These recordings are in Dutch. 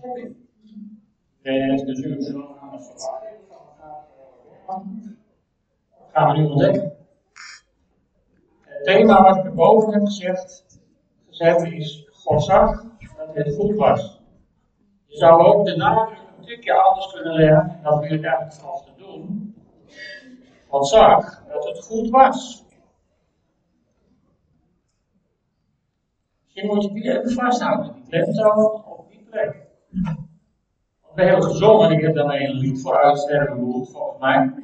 schepping. Iedereen heeft natuurlijk zo aan het verwachten. Dat gaan we nu ontdekken. Het thema wat ik erboven heb gezet is: God zag dat het goed was. Je zou ook de nadruk een stukje anders kunnen leggen, en dat wil ik eigenlijk vast te doen. God zag dat het goed was. Misschien moet je die even vasthouden, die klemtoon op die plek. We hebben gezongen, ik heb daarmee een lied voor uitsterven behoed, volgens mij.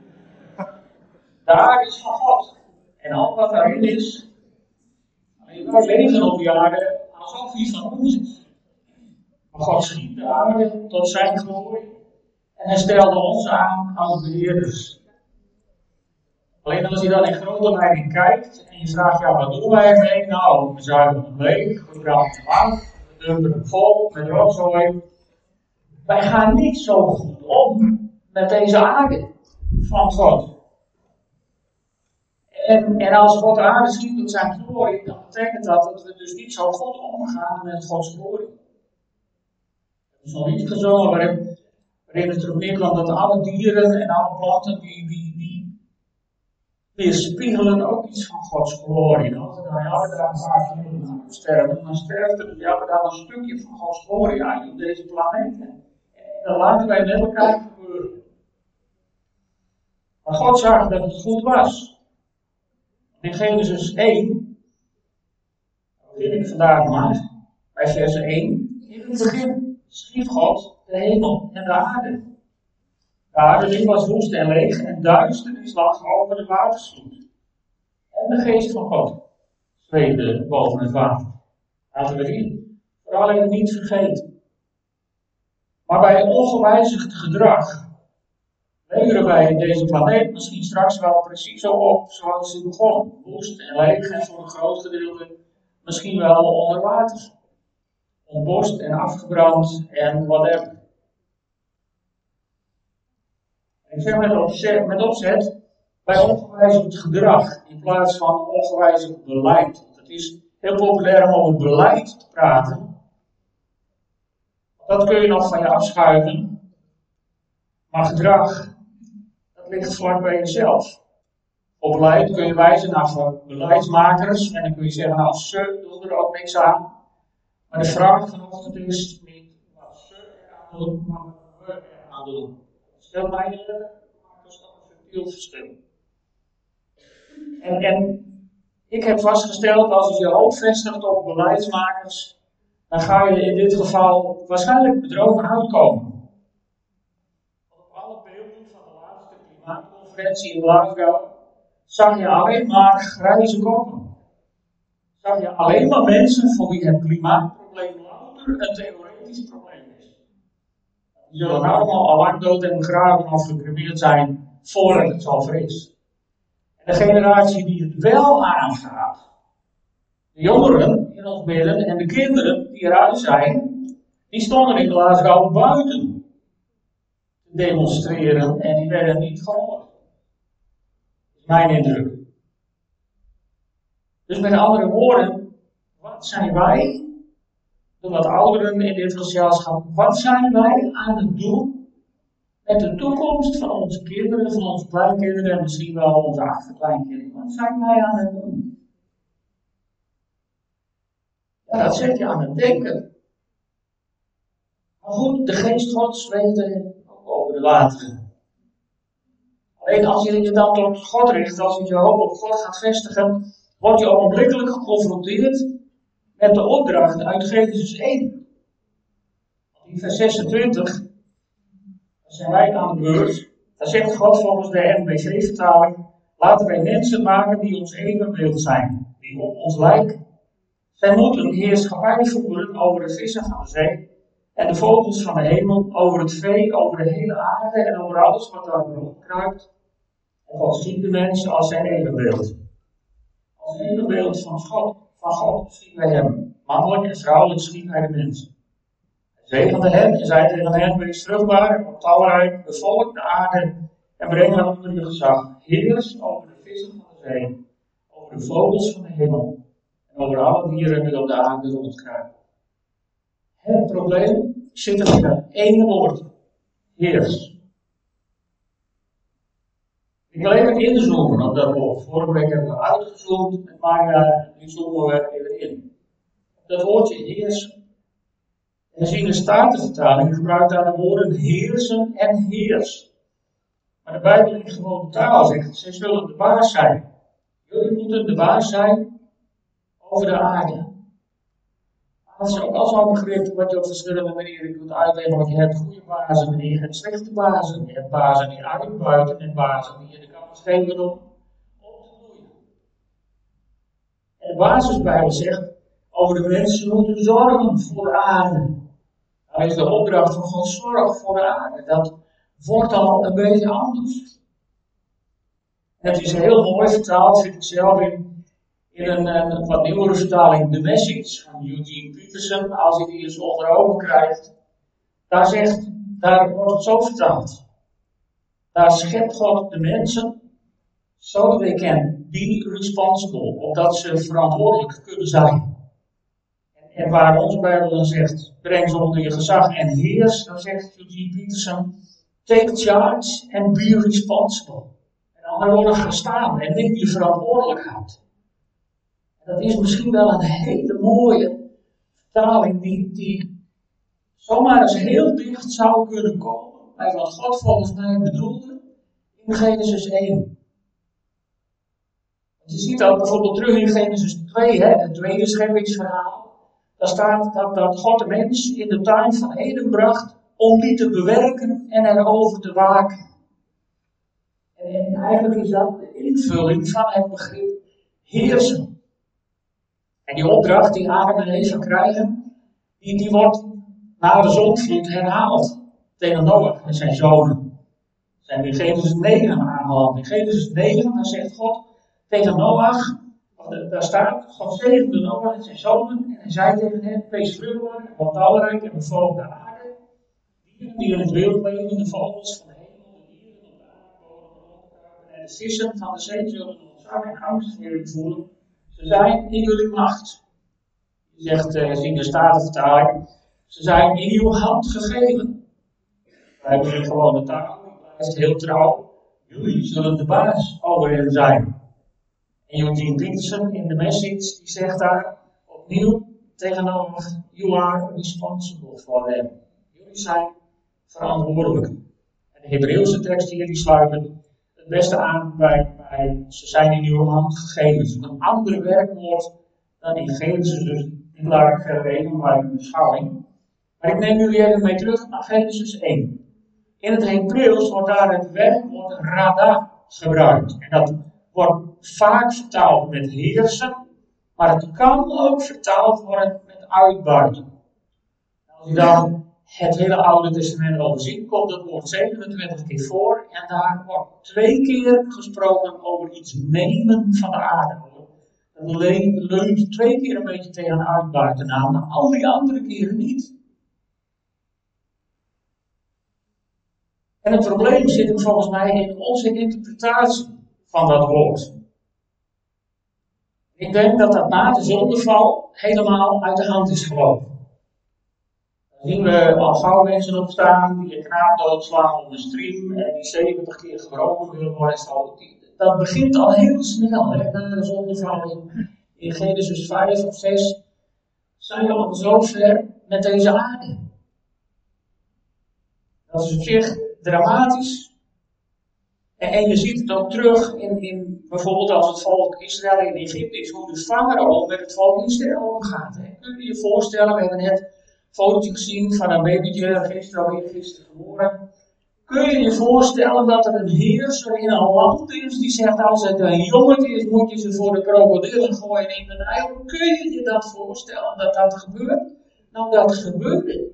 De aarde is van God. En al wat daarin is, alleen wij leven op die aarde alsof die van ons is. Maar God schiep de aarde tot zijn glorie en hij stelde ons aan als beheerders. Alleen als je dan in grote lijnen kijkt en je vraagt, ja, wat doen wij ermee? Nou, we zuigen het leeg, we branden hem af, we dumpen hem vol met rotzooi. Wij gaan niet zo goed om met deze aarde van God. En als God de aarde schiep tot zijn glorie, dan betekent dat we dus niet zo goed omgaan met Gods glorie. Er is nog iets gezongen waarin het erop neerkwam dat alle dieren en alle planten die weerspiegelen ook iets van Gods glorie. Als er dan elke dag een paar kinderen sterven, dan sterft er elke dag een stukje van Gods glorie uit op deze planeet. En dat laten wij met elkaar gebeuren. Maar God zag dat het goed was. In Genesis 1, daar begin ik vandaag maar, bij vers 1. In het begin schiep God de hemel en de aarde. De aarde was woest en leeg en duisternis lag over de watersvloed. En de geest van God zweefde boven het water. Laten we die vooral even niet vergeten. Maar bij ongewijzigd gedrag leveren wij deze planeet misschien straks wel precies zo op zoals hij begon. Woest en leeg en voor een groot gedeelte misschien wel onder water. Ontbost en afgebrand en whatever. Ik zeg met opzet bij ongewijzigd gedrag in plaats van ongewijzigd beleid. Het is heel populair om over beleid te praten. Dat kun je nog van je afschuiven. Maar gedrag, dat ligt vlak bij jezelf. Op beleid kun je wijzen naar beleidsmakers en dan kun je zeggen, nou ze doen er ook niks aan. Maar de vraag vanochtend is niet wat ze eraan doen, maar wat we eraan doen. Stel mij eerlijk, maakt dus nog een subtiel verschil. En ik heb vastgesteld, als je je hoop vestigt op beleidsmakers, dan ga je in dit geval waarschijnlijk bedrogen uitkomen. Op alle beelden van de laatste klimaatconferentie in Glasgow zag je alleen maar grijze koppen. Zag je alleen maar mensen voor wie het klimaatprobleem louter een theoretisch probleem is. Die zullen allemaal al lang dood en begraven of gecremeerd zijn voordat het zover is. En de generatie die het wel aangaat, de jongeren in ons midden en de kinderen die eruit zijn, die stonden in Glasgow buiten te demonstreren en die werden niet gehoord. Dat is mijn indruk. Dus met andere woorden, wat zijn wij, de wat ouderen in dit gezelschap, wat zijn wij aan het doen met de toekomst van onze kinderen, van onze kleinkinderen en misschien wel onze achterkleinkinderen? Wat zijn wij aan het doen? Ja, dat zet je aan het denken. Maar goed, de geest Gods zweefde ook over de wateren. Alleen als je je dan tot God richt, als je je hoop op God gaat vestigen, word je ogenblikkelijk geconfronteerd met de opdracht uit Genesis 1. In vers 26, daar zijn wij aan de beurt. Daar zegt God volgens de NBG-vertaling, laten wij mensen maken die ons evenbeeld zijn, die op ons lijken. Zij moeten heerschappij voeren over de vissen van de zee en de vogels van de hemel, over het vee, over de hele aarde en over alles wat daar rondkruipt. En God schiep de mensen als zijn evenbeeld. Als evenbeeld van God schiep hij hem. Mannelijk en vrouwelijk schiep hij de mens. Hij zegende hen en zei tegen hen, wees vruchtbaar en talrijk, bevolk de aarde en breng haar onder je gezag. Heers over de vissen van de zee, over de vogels van de hemel en over alle dieren die op de aarde rondkruipen. Het probleem zit er in dat ene woord. Heers. Ik wil even inzoomen op dat woord. Vorige week hebben we uitgezoomd, maar nu zoomen we even in. Dat woordje heers. En zien de Statenvertaling gebruikt daar de woorden heersen en heers. Maar de Bijbel in gewone taal zegt, zij zullen de baas zijn. Jullie moeten de baas zijn over de aarde. Dat is ook al zo'n begrip wat je op verschillende manieren kunt uitleggen. Want je hebt goede bazen en je hebt slechte bazen. Je hebt bazen die uitbuiten en bazen die je de kans geven om op te groeien. En de basisbijbel zegt, over de mensen moeten zorgen voor de aarde. Dat is de opdracht van God, zorg voor de aarde. Dat wordt al een beetje anders. Het is heel mooi vertaald, vind ik zelf, in een wat nieuwere vertaling, The Message van Eugene Peterson, als je die eens onder ogen krijgt. Daar wordt het zo vertaald. Daar schept God de mensen, so that they can be responsible, opdat ze verantwoordelijk kunnen zijn. En waar onze Bijbel dan zegt, breng ze onder je gezag en heers, dan zegt Eugene Peterson, take charge and be responsible. En andere woorden, ga staan en neem je verantwoordelijkheid. En dat is misschien wel een hele mooie vertaling die zomaar eens heel dicht zou kunnen komen bij wat God volgens mij bedoelde in Genesis 1. Je ziet ook bijvoorbeeld terug in Genesis 2, het tweede scheppingsverhaal. Daar staat dat God de mens in de tuin van Eden bracht om die te bewerken en erover te waken. En eigenlijk is dat de invulling van het begrip heersen. En die opdracht die Adam en Eva krijgen, die wordt na de zondvloed herhaald tegen Noach en zijn zonen. We zijn in Genesis 9 aangeland. In Genesis 9 dan zegt God tegen Noach, daar staat, God zegende Noach en zijn zonen en hij zei tegen hen, wees vruchtbaar en wat talrijk en bevolk de aarde, dieren die in het wild leven, de vogels van de hemel, de dieren op de aardbodem, en de vissen van de zee zullen ontzag en angst voor jullie voelen. Ze zijn in jullie macht. Je zegt in de Statenvertaling, ze zijn in uw hand gegeven. Wij hebben hier gewoon de taal, die blijft heel trouw. Jullie zullen de baas over hen zijn. En Eugene Peterson in de Message, die zegt daar opnieuw tegenover, you are responsible for them. Jullie zijn verantwoordelijk. En de Hebreeuwse tekst hier, die sluiten het beste aan bij ze zijn in uw hand gegeven. Het is een ander werkwoord dan in Genesis, dus die laat ik verder even bij de beschouwing. Maar ik neem jullie even mee terug naar Genesis 1. In het Hebreeuws wordt daar het werkwoord rada gebruikt. En dat wordt vaak vertaald met heersen, maar het kan ook vertaald worden met uitbuiten. Als je dan het hele Oude Testament overziet, komt het woord 27 keer voor en daar wordt 2 keer gesproken over iets nemen van de aarde. Dat leunt 2 keer een beetje tegen uitbuiten aan, maar al die andere keren niet. En het probleem zit hem volgens mij in onze interpretatie van dat woord. Ik denk dat dat na de zondeval helemaal uit de hand is gelopen. Dan zien we al gauw mensen opstaan die een knaap doodslaan op een stream en die 70 keer gebroken willen worden. Dat begint al heel snel, hè, na de zondeval in Genesis 5 of 6. Zijn we al zo ver met deze aarde. Dat is op zich dramatisch. En je ziet het ook terug in bijvoorbeeld als het volk Israël in Egypte is, hoe de farao met het volk Israël omgaat. Hè. Kun je je voorstellen, we hebben net een fotootje gezien van een babytje, gisteren geboren. Kun je je voorstellen dat er een heerser in een land is die zegt, als het een jongetje is, moet je ze voor de krokodillen gooien in de Nijl. Kun je je dat voorstellen dat dat gebeurt? Nou, dat gebeurde.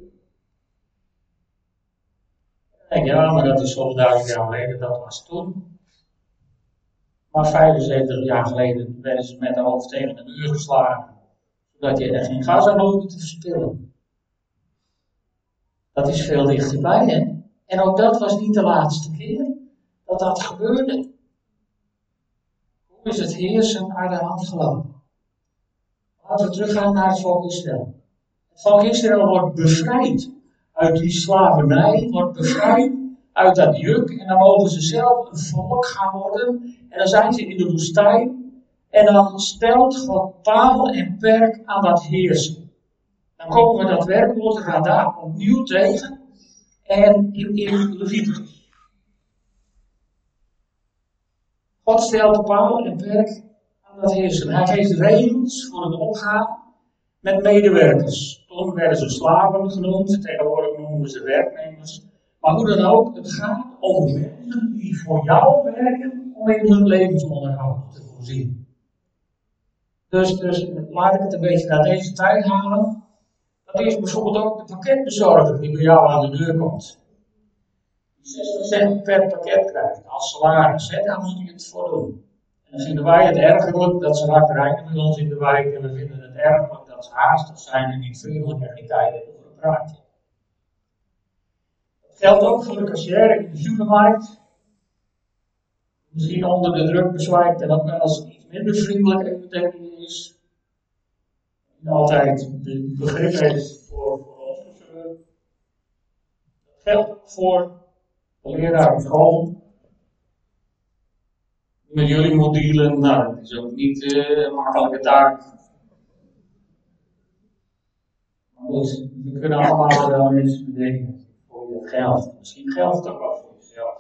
Ja, maar dat is zo'n 1000 jaar geleden, dat was toen. Maar 75 jaar geleden werden ze met de hoofd tegen de muur geslagen, zodat je er geen gas aan hoefde te verspillen. Dat is veel dichterbij, hè? En ook dat was niet de laatste keer dat dat gebeurde. Hoe is het heersen uit de hand gelopen? Laten we teruggaan naar het volk Israël. Het volk Israël wordt bevrijd uit die slavernij, wordt bevrijd uit dat juk. En dan mogen ze zelf een volk gaan worden. En dan zijn ze in de woestijn. En dan stelt God paal en perk aan dat heersen. Dan komen we dat werkwoord radar opnieuw tegen. En in Leviticus. God stelt paal en perk aan dat heersen. Hij geeft regels voor het omgaan met medewerkers. Toen werden ze slaven genoemd, tegenwoordig noemen we ze werknemers. Maar hoe dan ook, het gaat om mensen die voor jou werken om in hun levensonderhoud te voorzien. Dus laat ik het een beetje naar deze tijd halen. Dat is bijvoorbeeld ook de pakketbezorger die bij jou aan de deur komt. Die 60 cent per pakket krijgt als salaris, daar moet je het voor doen. En dan vinden wij het ergerlijk dat ze hard rijden bij ons in de wijk. En we vinden het ergerlijk dat ze haastig zijn en niet vriendelijk en geen tijd hebben voor een praatje. Dat geldt ook voor de cashier in de supermarkt. Misschien onder de druk bezwijkt en ook wel eens iets minder vriendelijk even tegen je is. Niet altijd de begrip heeft voor ons. Dat geldt ook voor de leraar op school. Met jullie moet dealen, nou, dat is ook niet een makkelijke taak. Maar goed, we kunnen allemaal wel eens bedenken voor je geld. Misschien geldt het ook wel voor jezelf.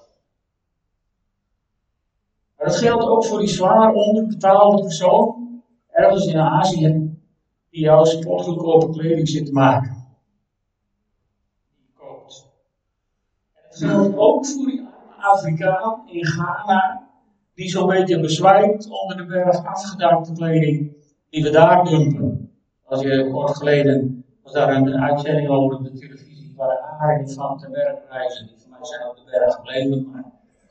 Maar dat geldt ook voor die zwaar onderbetaalde persoon, ergens in Azië, die jouw sportgoedkope kleding zit te maken. Die koopt. En dat geldt ook voor die arme Afrikaan in Ghana, die zo'n beetje bezwijkt onder de berg afgedankte kleding die we daar dumpen. Als je kort geleden was daar een uitzending over op de televisie waar de haringen van de bergprijzen, die voor mij zijn op de berg gebleven, maar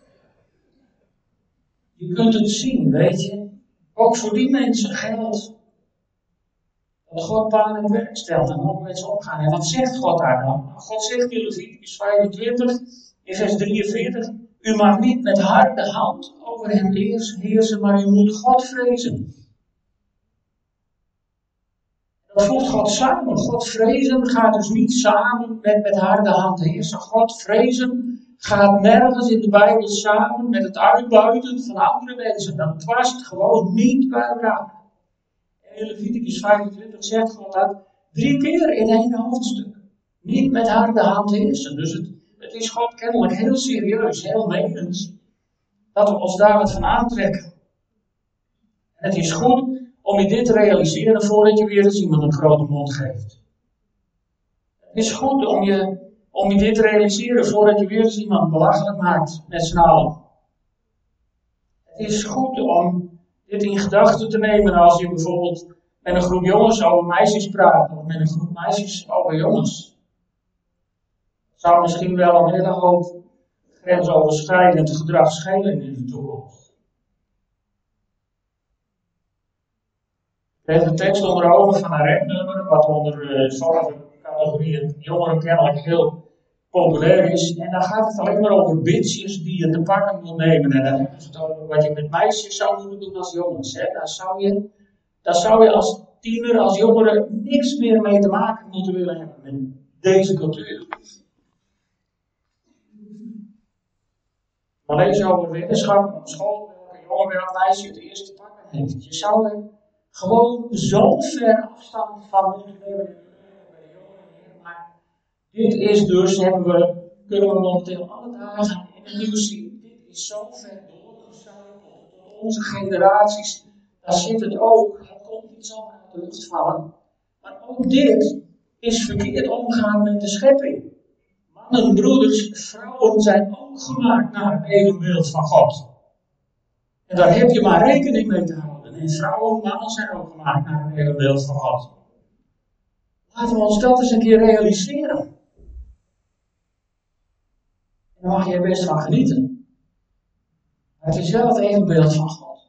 je kunt het zien, weet je. Ook voor die mensen geldt dat God paal en werk stelt en hoe met ze omgaan. En wat zegt God daar dan? God zegt in Leviticus 25, in vers 43, u mag niet met harde hand over hem heersen, maar u moet God vrezen. Dat voegt God samen. God vrezen gaat dus niet samen met harde hand heersen. God vrezen gaat nergens in de Bijbel samen met het uitbuiten van andere mensen. Dat past gewoon niet bij elkaar. En in Leviticus 25 zegt God dat 3 keer in 1 hoofdstuk. Niet met harde hand heersen. Dus het is God kennelijk heel serieus, heel menens, dat we ons daar wat van aantrekken. En het is goed om je dit te realiseren voordat je weer eens iemand een grote mond geeft. Het is goed om je dit te realiseren voordat je weer eens iemand belachelijk maakt met z'n allen. Het is goed om dit in gedachten te nemen als je bijvoorbeeld met een groep jongens over meisjes praat, of met een groep meisjes over jongens. Het zou misschien wel een hele hoop grensoverschrijdend gedrag schelen in de toekomst. Ik heb de tekst onder ogen van een rapnummer, wat onder sommige categorieën jongeren kennelijk heel populair is. En dan gaat het alleen maar over bitches die je te pakken moet nemen. En dan hebben ze het over wat je met meisjes zou moeten doen als jongens. Hè. Daar zou je als tiener, als jongere, niks meer mee te maken moeten willen hebben met deze cultuur. Maar lees over wetenschap op school, welke jongen welk meisje het eerste te pakken heeft. Je zou er gewoon zo ver afstand van moeten nemen bij de jongeren. Maar dit is dus, kunnen we momenteel alle dagen in het nieuws zien. Dit is zo ver doorgecijpeld tot onze generaties. Daar zit het ook. Het komt niet zo uit de lucht vallen. Maar ook dit is verkeerd omgaan met de schepping. Mannen, broeders, vrouwen zijn ook gemaakt naar het evenbeeld van God. En daar heb je maar rekening mee te houden. En vrouwen, mannen zijn ook gemaakt naar het evenbeeld van God. Laten we ons dat eens een keer realiseren. En daar mag je er best van genieten. Maar het is wel het evenbeeld van God.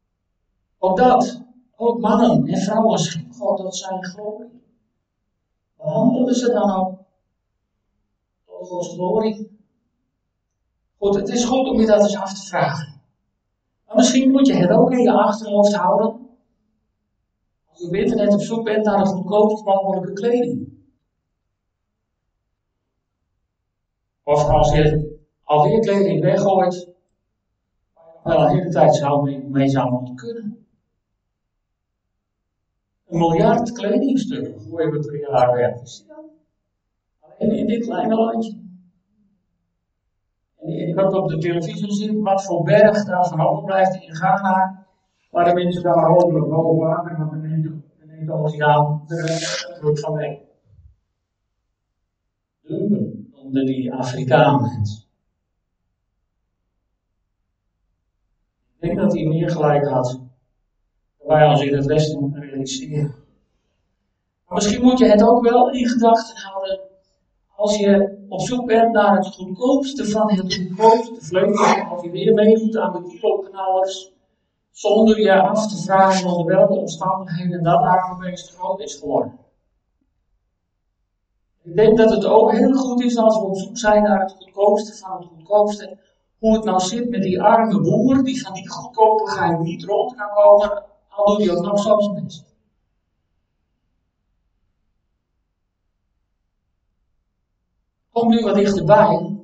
Ook mannen en vrouwen schiep God tot zijn glorie. Behandelen ze dan ook tot Gods glorie? Goed, het is goed om je dat eens af te vragen. Maar misschien moet je het ook in je achterhoofd houden. Als je op internet op zoek bent naar de goedkoopst mogelijke kleding. Of als je alweer kleding weggooit, wel een hele tijd mee zou moeten kunnen. 1 miljard kledingstukken gooien we per jaar weg. Alleen in dit kleine landje. En ik heb op de televisie gezien wat voor berg daar van overblijft in Ghana, waar de mensen daar hopelijk boven water, want dan neemt de oceaan de druk van weg. Dumpen onder die Afrikanen. Ik denk dat hij meer gelijk had dan wij ons in het Westen realiseren. Maar misschien moet je het ook wel in gedachten houden als je op zoek bent naar het goedkoopste van het goedkoopste vlees, of je weer meedoet aan de kiloknallers, zonder je af te vragen onder welke omstandigheden dat armenbeest groot is geworden. Ik denk dat het ook heel goed is als we op zoek zijn naar het goedkoopste van het goedkoopste, hoe het nou zit met die arme boer die van die goedkopigheid niet rond kan komen, al doet hij ook nog zo zijn best. Kom nu wat dichterbij.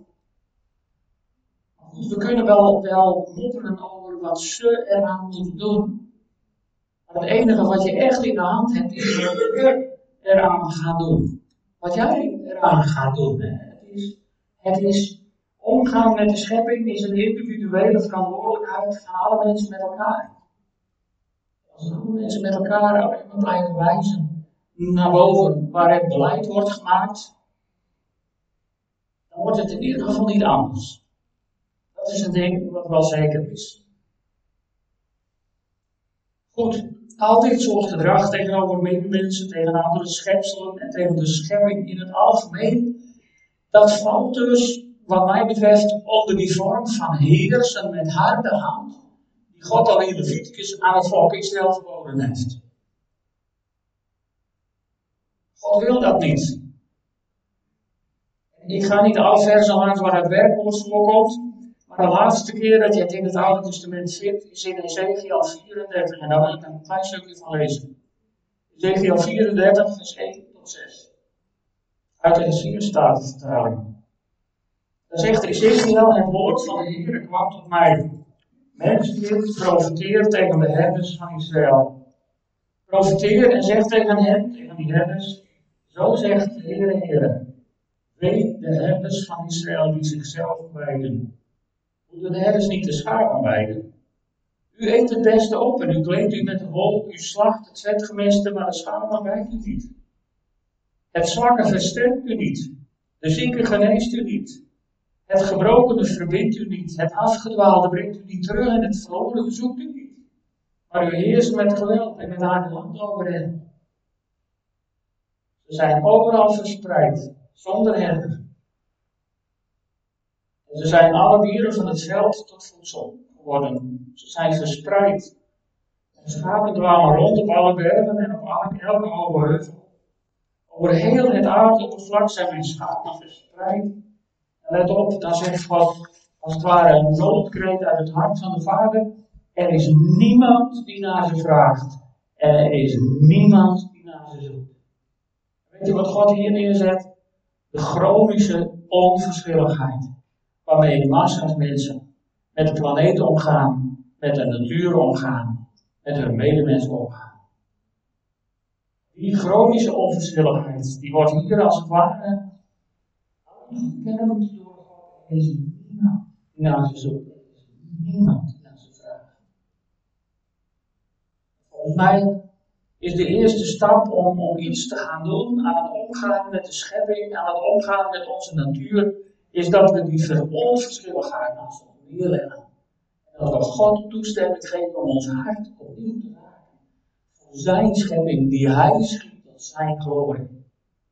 We kunnen wel mopperen over wat ze eraan moeten doen. Maar het enige wat je echt in de hand hebt, is wat je eraan gaat doen. Wat jij eraan gaat doen. Het is omgaan met de schepping is een individuele verantwoordelijkheid van alle mensen met elkaar. Als alle mensen met elkaar alleen maar blijven wijzen naar boven waar het beleid wordt gemaakt, dan wordt het in ieder geval niet anders. Dat is een ding wat wel zeker is. Goed, al dit soort gedrag tegenover medemensen, tegen andere schepselen en tegen de schepping in het algemeen, dat valt dus, wat mij betreft, onder die vorm van heersen met harde hand, die God al in Leviticus aan het volk Israël verboden heeft. God wil dat niet. Ik ga niet alle versen langs waar het werkwoord voorkomt, maar de laatste keer dat je het in het Oude Testament vindt, is in Ezekiel 34. En daar wil ik een klein stukje van lezen. Ezekiel 34, vers 1 tot 6. Uit de Sierstaatvertaling. Dan zegt Ezekiel: het woord van de Heer kwam tot mij. Mensenkind, profeteer tegen de herders van Israël. Profeteer en zeg tegen hen, tegen die herders: zo zegt de Heere. Wee de herders van Israël die zichzelf wijden. Moeten de herders niet de schapen wijden? U eet het beste op en u kleedt u met de wol, u slacht het vetgemeste, maar de schapen wijdt u niet. Het zwakke versterkt u niet, de zieke geneest u niet. Het gebrokene verbindt u niet, het afgedwaalde brengt u niet terug en het verlorene zoekt u niet. Maar u heerst met geweld en met harde hand over hen. Ze zijn overal verspreid, zonder herder. En ze zijn alle dieren van het veld tot voedsel geworden. Ze zijn verspreid. De schapen dwalen rond op alle bergen en op elke hoge heuvel. Over heel het aardoppervlak zijn mijn schapen verspreid. En let op, dan zegt God, als het ware een noodkreet uit het hart van de Vader. Er is niemand die naar ze vraagt. En er is niemand die naar ze zoekt. Weet je wat God hier neerzet? De chronische onverschilligheid. Waarmee de massa's mensen met de planeet omgaan, met de natuur omgaan, met hun medemensen omgaan. Die chronische onverschilligheid, die wordt hier als het ware gekend door God. Er is niemand die naar ze zoekt. Er is niemand die naar ze vraagt. Volgens mij is de eerste stap om iets te gaan doen aan het omgaan met de schepping, aan het omgaan met onze natuur, is dat we die onverschilligheid naast ons neerleggen. En dat we God toestemming geven om ons hart opnieuw te raken. Voor zijn schepping die hij schiep tot zijn glorie.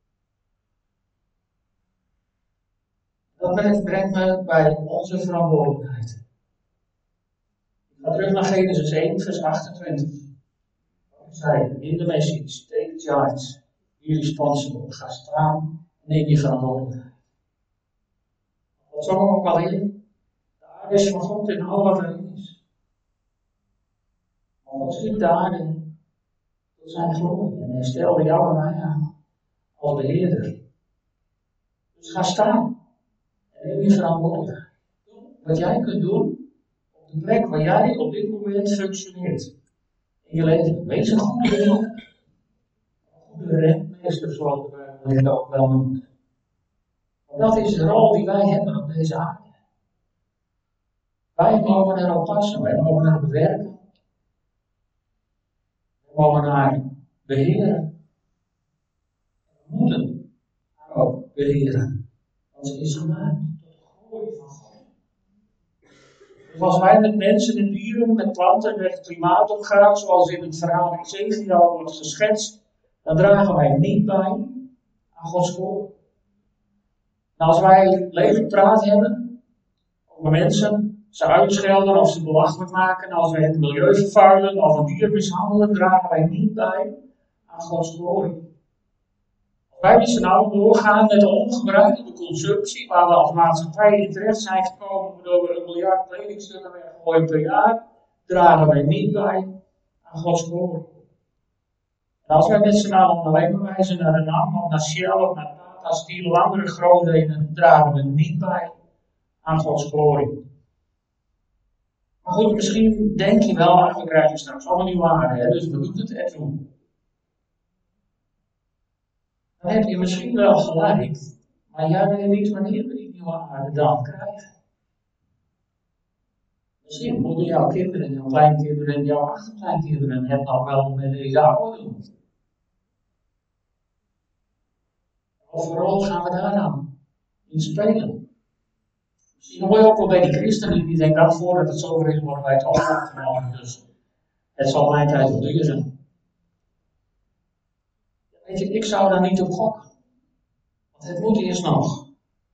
Dat brengt me bij onze verantwoordelijkheid. Ik ga terug naar Genesis 1, vers 28. Zei in de message, take charge, be responsible, ga staan en neem je verantwoordelijkheid. Wat zongen we ook al in? De aarde is van God in al wat erin is. Maar God schiep de aarde tot zijn glorie en hij stelde jou en mij aan als beheerder. Dus ga staan En neem je verantwoordelijkheid. Wat jij kunt doen op de plek waar jij op dit moment functioneert. In je leven. Wees een goede wereld. Een goede rentmeester, zoals de Bijbel het ook wel noemt. Want dat is de rol die wij hebben op deze aarde. Wij mogen erop passen. Wij mogen naar bewerken. We mogen naar beheren. We moeten ook beheren. Want ze is gemaakt tot de glorie van God. Dus als wij met mensen en dieren, met planten, met het klimaat omgaan, zoals in het verhaal Ezekiel wordt geschetst, dan dragen wij niet bij aan Gods glorie. En als wij lelijk praat hebben over mensen, ze uitschelden of ze belachelijk maken, als wij het milieu vervuilen of een dier mishandelen, dragen wij niet bij aan Gods glorie. Als wij met z'n allen doorgaan met de ongebruikelijke consumptie, waar we als maatschappij in terecht zijn gekomen, waardoor we 1 miljard kledingstukken weggooien per jaar, dragen wij niet bij aan Gods glorie. En als wij met z'n allen alleen maar wijzen naar de NAM, of naar Shell, of naar Tata Steel of andere grootheden, dragen we niet bij aan Gods glorie. Maar goed, misschien denk je wel, we krijgen straks allemaal nieuwe aarde, dus we doen het echt doen. Dan heb je misschien wel gelijk, maar jij weet niet wanneer we die nieuwe aarde dan krijgen. Misschien moeten jouw kinderen, jouw kleinkinderen en jouw achterkleinkinderen het nog wel met deze oude doen. Wat voor rol gaan we daar dan in spelen? Misschien hoor je ook wel bij die christenen die denken, dat voordat het zover is, worden wij het opgenomen. Dus het zal mijn tijd wel duur zijn. Weet je, ik zou daar niet op gokken. Want het moet eerst nog.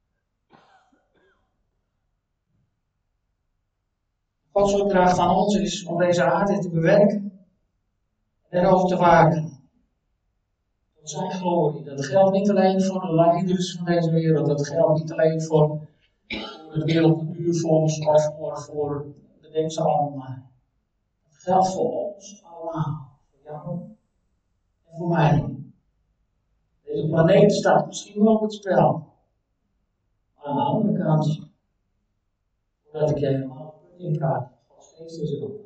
Gods opdracht aan ons is om deze aarde te bewerken en erover te waken. Tot zijn glorie. Dat geldt niet alleen voor de leiders van deze wereld. Dat geldt niet alleen voor het Wereld Natuurfonds of voor de mensen allemaal. Het geldt voor ons allemaal. Voor jou en voor mij. Deze planeet staat misschien wel op het spel. Maar aan de andere kant, voordat ik je helemaal inpraat, Gods geest is erop.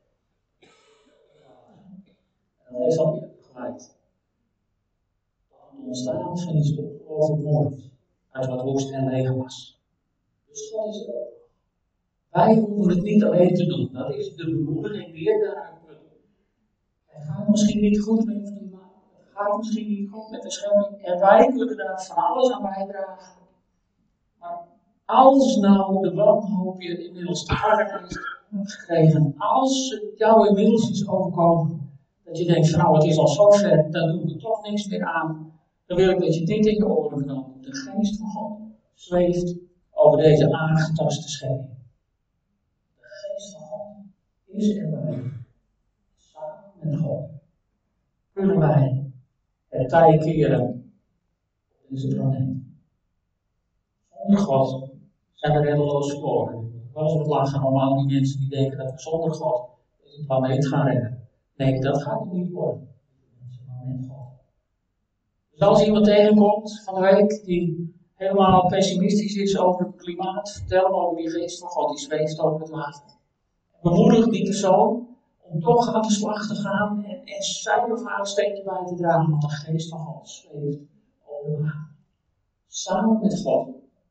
En dat heeft al eerder geleid. Tot het ontstaan van iets ongelooflijk moois. Uit wat woest en leeg was. Dus God is er ook. Wij hoeven het niet alleen te doen. Dat is de bemoediging die je daaruit kunt doen. Het gaat misschien niet goed met het klimaat. Het gaat misschien niet goed met de schepping. En wij kunnen daar van alles aan bijdragen. Maar als nou de wanhoop je inmiddels te hard heeft gekregen. Als het jou inmiddels is overkomen. Dat je denkt van nou het is al zo ver. Daar doen we toch niks meer aan. Dan wil ik dat je dit in je oren knoopt. De geest van God zweeft over deze aangetaste schepping. De geest van God is erbij. Samen met God kunnen wij het tij keren op deze planeet. Zonder God zijn we reddeloos verloren. Wel eens wat lachen om al die mensen die denken dat we zonder God deze planeet gaan redden. Nee, dat gaat het niet worden. Maar met God. Dus als iemand tegenkomt van de week die helemaal pessimistisch is over het klimaat, vertel hem over die geest van God die zweeft over het water. Bemoedig die persoon om toch aan de slag te gaan en zijn of haar steentje bij te dragen, want de geest van God zweeft over het water. Samen met God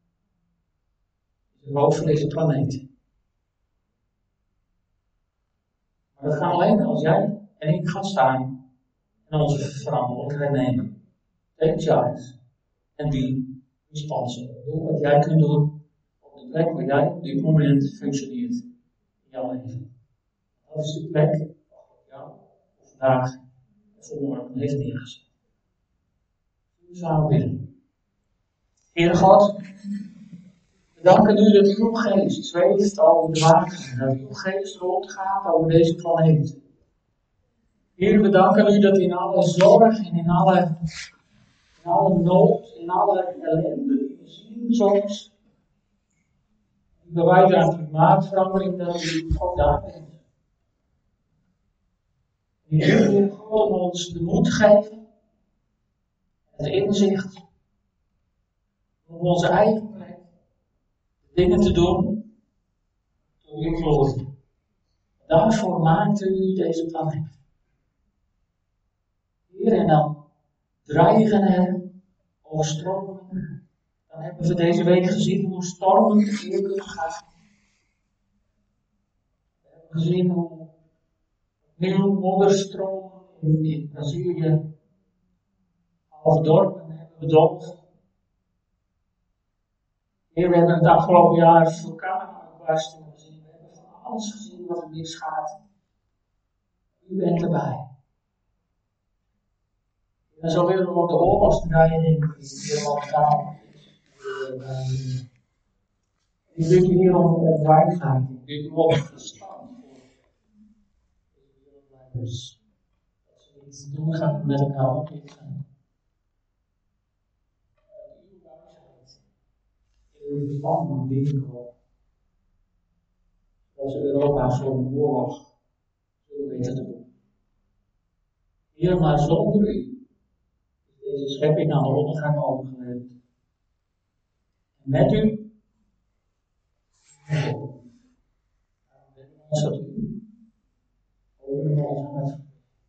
is er hoop voor deze planeet. Maar dat kan alleen als jij en ik gaan staan en onze verantwoordelijkheid nemen. Take charge en be responsible. Doe wat jij kunt doen op de plek waar jij op dit moment functioneert in jouw leven. Dat is de plek waar jou vandaag en vanmorgen heeft neergezet. We samen bidden. Heere God, we danken u dat uw geest zweeft over de wateren, dat uw geest rondgaat over deze planeet. Heer, we danken u dat in alle zorg en in alle nood, in alle ellende die we zien soms, die wij aan klimaatverandering, dat u ook daar bent. Heer, wil God ons de moed geven, het inzicht op onze eigen plek, dingen te doen door uw glorie. Daarvoor maakte u deze planeet. Heer, en dan dreigen er overstromingen. Dan hebben we deze week gezien hoe stormen hier kunnen gaan. We hebben gezien hoe modderstromen in Brazilië halve dorpen hebben bedolven. Heer, we hebben het afgelopen jaar vulkaanuitbarstingen gezien. We hebben van alles gezien wat er misgaat. U bent erbij. En zo willen we ook de oorlogsdreiging die er al staan. Ik bid u hier om wijsheid. Ik bid u om verstand voor de wereldleiders. Dat ze iets doen gaan met elkaar ophikken. Uw wijsheid in uw verstand moet binnenkomen. Zodat ze Europa voor een oorlog zullen weten te doen. Heer, maar zonder u is deze schepping aan de ondergang overgeleverd. En met u ons dat u over ons hart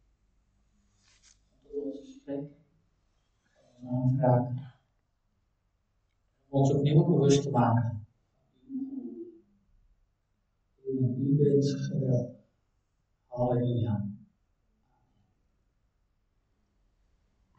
door ons te spreken, ons aanvragen, om ons opnieuw bewust te maken. U bent geweldig. Halleluja.